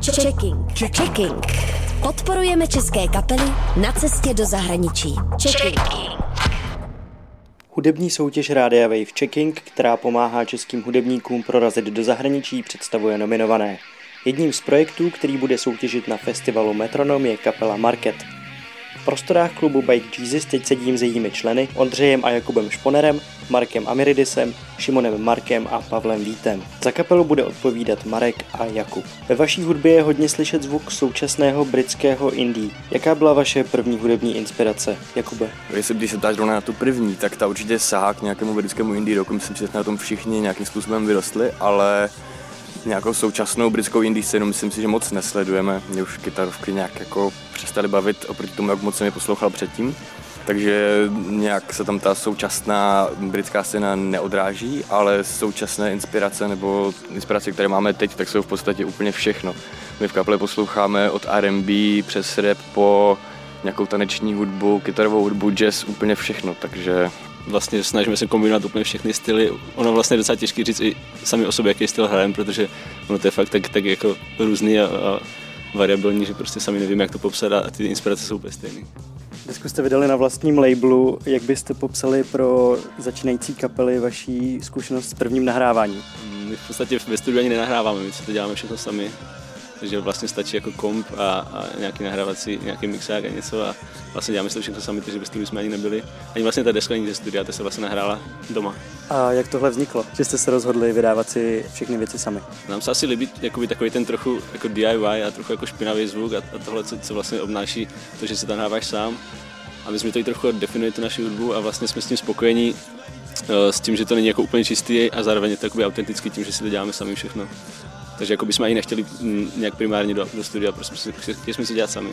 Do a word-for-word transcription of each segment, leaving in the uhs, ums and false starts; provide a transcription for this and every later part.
Checking. Checking. Podporujeme české kapely na cestě do zahraničí. Checking. Hudební soutěž Rádia Wave Checking, která pomáhá českým hudebníkům prorazit do zahraničí, představuje nominované. Jedním z projektů, který bude soutěžit na festivalu Metronom, je kapela Market. V prostorách klubu Bike Jesus teď sedím s jejími členy Ondřejem a Jakubem Šponerem, Markem Amiridisem, Šimonem Markem a Pavlem Vítem. Za kapelu bude odpovídat Marek a Jakub. Ve vaší hudbě je hodně slyšet zvuk současného britského indie. Jaká byla vaše první hudební inspirace, Jakube? Jestli když se ptáš rovna na tu první, tak ta určitě sahá k nějakému britskému indie roku. Myslím, že na tom všichni nějakým způsobem vyrostli, ale nějakou současnou britskou indie scénu myslím si, že moc nesledujeme. Mě už kytarovky nějak jako přestali bavit oproti tomu, jak moc jsem je poslouchal předtím. Takže nějak se tam ta současná britská scéna neodráží, ale současné inspirace nebo inspirace, které máme teď, tak jsou v podstatě úplně všechno. My v kapele posloucháme od R and B přes rap po nějakou taneční hudbu, kytarovou hudbu, jazz, úplně všechno, takže vlastně snažíme se kombinovat úplně všechny styly. Ono vlastně je docela těžké říct i sami o sobě, jaký styl hrajeme, protože ono to je fakt tak, tak jako různý a, a variabilní, že prostě sami nevíme, jak to popsat a ty inspirace jsou úplně stejné. Desku jste vydali na vlastním labelu, jak byste popsali pro začínající kapely vaší zkušenost s prvním nahráváním? My v podstatě ve studiu ani nenahráváme, my si to děláme všechno sami. Takže vlastně stačí jako komp a, a nějaký nahrávací, nějaký mixák a něco a vlastně děláme si to všechno sami, takže ve studiu jsme ani nebyli. Ani vlastně ta deska není ze studia, ta se vlastně nahrála doma. A jak tohle vzniklo, že jste se rozhodli vydávat si všechny věci sami? Nám se asi líbí jakoby takový ten trochu jako D I Y a trochu jako špinavý zvuk a, a tohle, co, co vlastně obnáší to, že se tam nahráváš sám. A my jsme to i trochu definuje tu naši hudbu a vlastně jsme s tím spokojení, s tím, že to není jako úplně čistý a zároveň je to jakoby autentický tím, že si to děláme sami všechno. Takže jako bychom ani nechtěli nějak primárně do, do studia, prostě chtěli jsme si dělat sami.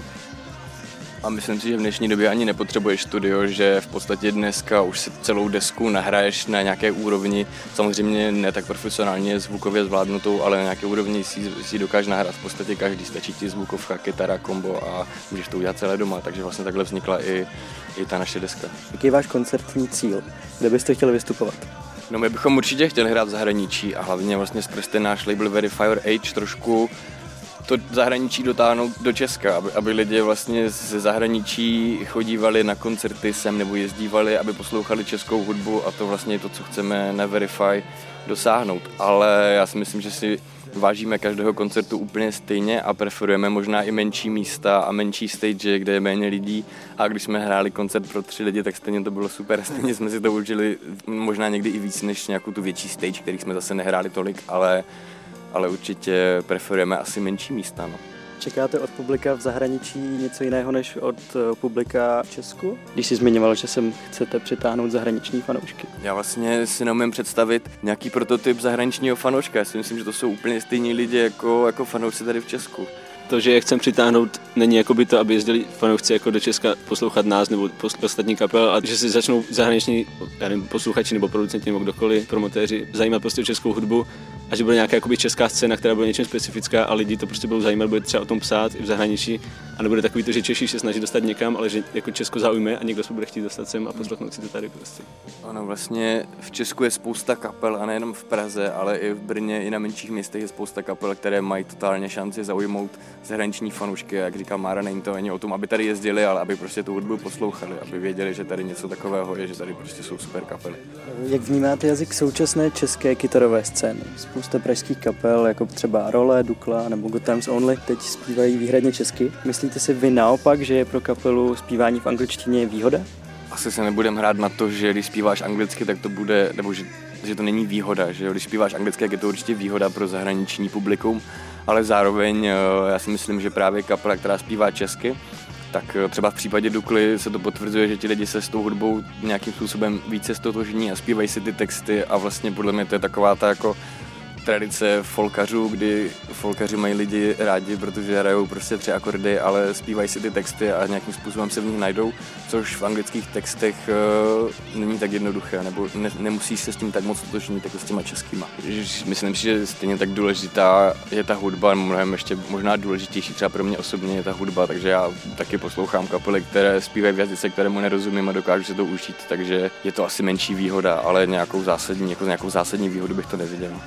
A myslím si, že v dnešní době ani nepotřebuješ studio, že v podstatě dneska už si celou desku nahraješ na nějaké úrovni, samozřejmě ne tak profesionálně zvukově zvládnutou, ale na nějaké úrovni si, si dokážeš nahrát v podstatě každý, stačí ti zvukovka, kytara, kombo a můžeš to udělat celé doma, takže vlastně takhle vznikla i, i ta naše deska. Jaký je váš koncertní cíl? Kde byste chtěli vystupovat? No my bychom určitě chtěli hrát v zahraničí a hlavně vlastně skrz ten náš label Verifier Age trošku to zahraničí dotáhnout do Česka, aby, aby lidi vlastně ze zahraničí chodívali na koncerty sem nebo jezdívali, aby poslouchali českou hudbu a to vlastně je to, co chceme na Verify dosáhnout. Ale já si myslím, že si vážíme každého koncertu úplně stejně a preferujeme možná i menší místa a menší stage, kde je méně lidí a když jsme hráli koncert pro tři lidi, tak stejně to bylo super, stejně jsme si to užili možná někdy i víc než nějakou tu větší stage, který jsme zase nehráli tolik, ale ale určitě preferujeme asi menší místa. No. Čekáte od publika v zahraničí něco jiného než od publika v Česku? Když jsi zmiňoval, že sem chcete přitáhnout zahraniční fanoušky. Já vlastně si neumím představit nějaký prototyp zahraničního fanouška. Já si myslím, že to jsou úplně stejní lidi jako, jako fanoušci tady v Česku. To, že je chcem přitáhnout, není jako by to, aby jezdili fanoušci jako do Česka poslouchat nás nebo ostatní kapel a že si začnou zahraniční já nevím, posluchači nebo producenti nebo kdokoliv, promotéři zajímat prostě o českou hudbu a že bude nějaká jakoby česká scéna, která bude něčím specifická a lidi to prostě budou zajímat, bude třeba o tom psát i v zahraničí a nebude takový to, že Češi se snaží dostat někam, ale že jako Česko zaujme a někdo se bude chtít dostat sem a poslechnout si to tady prostě. Ano, vlastně v Česku je spousta kapel a nejenom v Praze, ale i v Brně, i na menších městech je spousta kapel, které mají totálně šanci zaujmout zahraniční fanoušky, jak říká Mára, není to ani o tom, aby tady jezdili, ale aby prostě tu hudbu poslouchali, aby věděli, že tady něco takového je, že tady prostě jsou super kapely. Jak vnímáte jazyk současné české kytarové scény? Spousta pražských kapel, jako třeba Role, Dukla nebo Good Times Only, teď zpívají výhradně česky. Myslíte si vy naopak, že je pro kapelu zpívání v angličtině výhoda? Asi se nebudeme hrát na to, že když zpíváš anglicky, tak to bude, nebo že, že to není výhoda, že když zpíváš anglicky, tak je to určitě výhoda pro zahraniční publikum, ale zároveň já si myslím, že právě kapela, která zpívá česky, tak třeba v případě Dukly se to potvrzuje, že ti lidi se s tou hudbou nějakým způsobem více stotožní a zpívají si ty texty a vlastně podle mě to je taková ta jako tradice folkařů, kdy folkaři mají lidi rádi, protože hrajou prostě tři akordy, ale zpívají si ty texty a nějakým způsobem se v nich najdou, což v anglických textech uh, není tak jednoduché, nebo ne, nemusíš se s tím tak moc stotožnit jako s těma českýma. Myslím si, že stejně tak důležitá je ta hudba, mnohem ještě možná důležitější třeba pro mě osobně je ta hudba, takže já taky poslouchám kapely, které zpívají v jazyce, kterému nerozumím a dokážu se to užít, takže je to asi menší výhoda, ale nějakou zásadní, jako nějakou zásadní výhodu bych to neviděl. Jaké je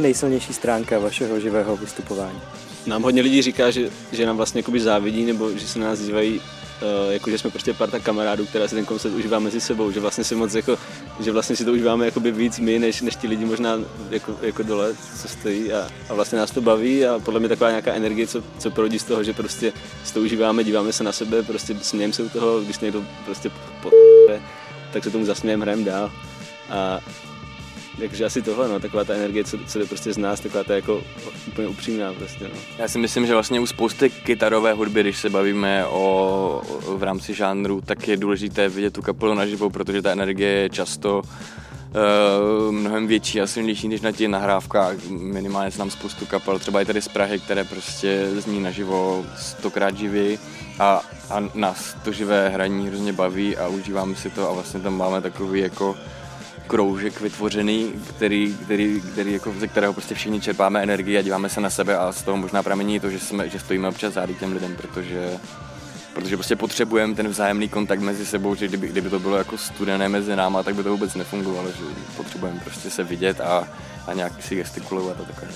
nejsilnější stránka vašeho živého vystupování? Nám hodně lidí říká, že, že nám vlastně jakoby závidí, nebo že se na nás dívají, uh, jako že jsme prostě parta kamarádů, která si ten koncert užívá mezi sebou, že vlastně si moc jako, že vlastně si to užíváme jakoby víc my, než, než ti lidi možná jako, jako dole, co stojí a, a vlastně nás to baví a podle mě taková nějaká energie, co, co proudí z toho, že prostě si to užíváme, díváme se na sebe, prostě smějeme se u toho, když někdo prostě po tak se tomu zasmějeme, hrajeme dál a takže asi tohle, no, taková ta energie, co, co jde prostě z nás, taková ta jako úplně upřímná prostě, no. Já si myslím, že vlastně u spousty kytarové hudby, když se bavíme o, o v rámci žánru, tak je důležité vidět tu kapelu naživo, protože ta energie je často uh, mnohem větší a silnější než na těch nahrávkách. Minimálně znám spoustu kapel, třeba i tady z Prahy, které prostě zní naživo stokrát živěji a, a nás to živé hraní hrozně baví a užíváme si to a vlastně tam máme takový jako kroužek vytvořený, který, který, který jako, ze kterého prostě všichni čerpáme energii a díváme se na sebe a z toho možná pramení to, že, jsme, že stojíme občas zády těm lidem, protože, protože prostě potřebujeme ten vzájemný kontakt mezi sebou, že kdyby, kdyby to bylo jako studené mezi náma, tak by to vůbec nefungovalo, že potřebujeme prostě se vidět a, a nějak si gestikulovat a takové.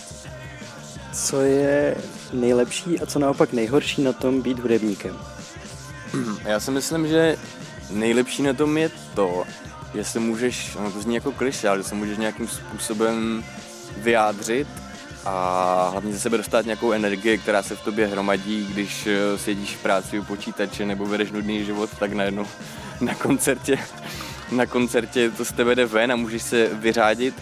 Co je nejlepší a co naopak nejhorší na tom být hudebníkem? Já si myslím, že nejlepší na tom je to, že se můžeš, no to zní jako klišé, ale že se můžeš nějakým způsobem vyjádřit a hlavně ze sebe dostat nějakou energii, která se v tobě hromadí, když sedíš v práci u počítače nebo vedeš nudný život, tak najednou na koncertě, na koncertě to z tebe jde ven a můžeš se vyřádit.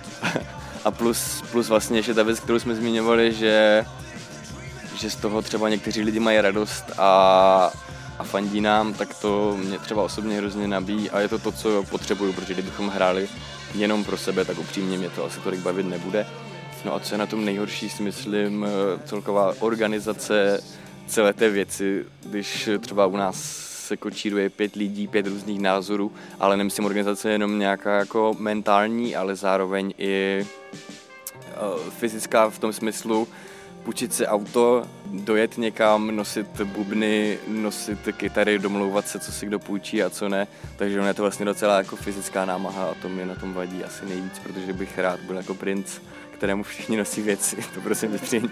A plus, plus vlastně ještě ta věc, kterou jsme zmiňovali, že, že z toho třeba někteří lidi mají radost a a fandí nám, tak to mě třeba osobně hrozně nabíjí a je to to, co potřebuju, protože kdybychom hráli jenom pro sebe, tak upřímně mě to asi tolik bavit nebude. No a co je na tom nejhorší, si myslím, celková organizace celé té věci, když třeba u nás se kočíruje pět lidí, pět různých názorů, ale nemyslím organizace jenom nějaká jako mentální, ale zároveň i fyzická v tom smyslu, půjčit si auto, dojet někam, nosit bubny, nosit kytary, domlouvat se, co si kdo půjčí a co ne. Takže je to vlastně docela jako fyzická námaha a to mě na tom vadí asi nejvíc, protože bych rád byl jako princ, kterému všichni nosí věci. To prosím vypření.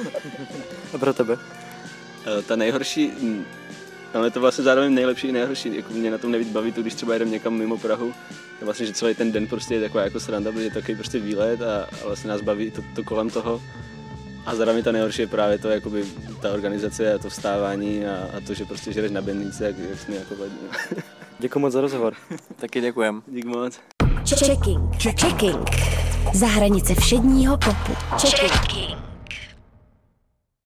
A pro tebe? Ta nejhorší, ale je to vlastně zároveň nejlepší i nejhorší. Jako mě na tom nejvíc baví to, když třeba jedem někam mimo Prahu. To vlastně, že celý ten den prostě je taková jako sranda, protože je takový prostě výlet a, a vlastně nás baví to, to kolem toho. A zároveň ta nejhorší je právě to, jakoby, ta organizace a to vstávání a, a to, že prostě žereš na bendnice, jak, jak jsme jako vadí. Děkuji moc za rozhovor. Taky děkujem. Dík moc. Checking. Checking. Za hranice všedního popu. Checking.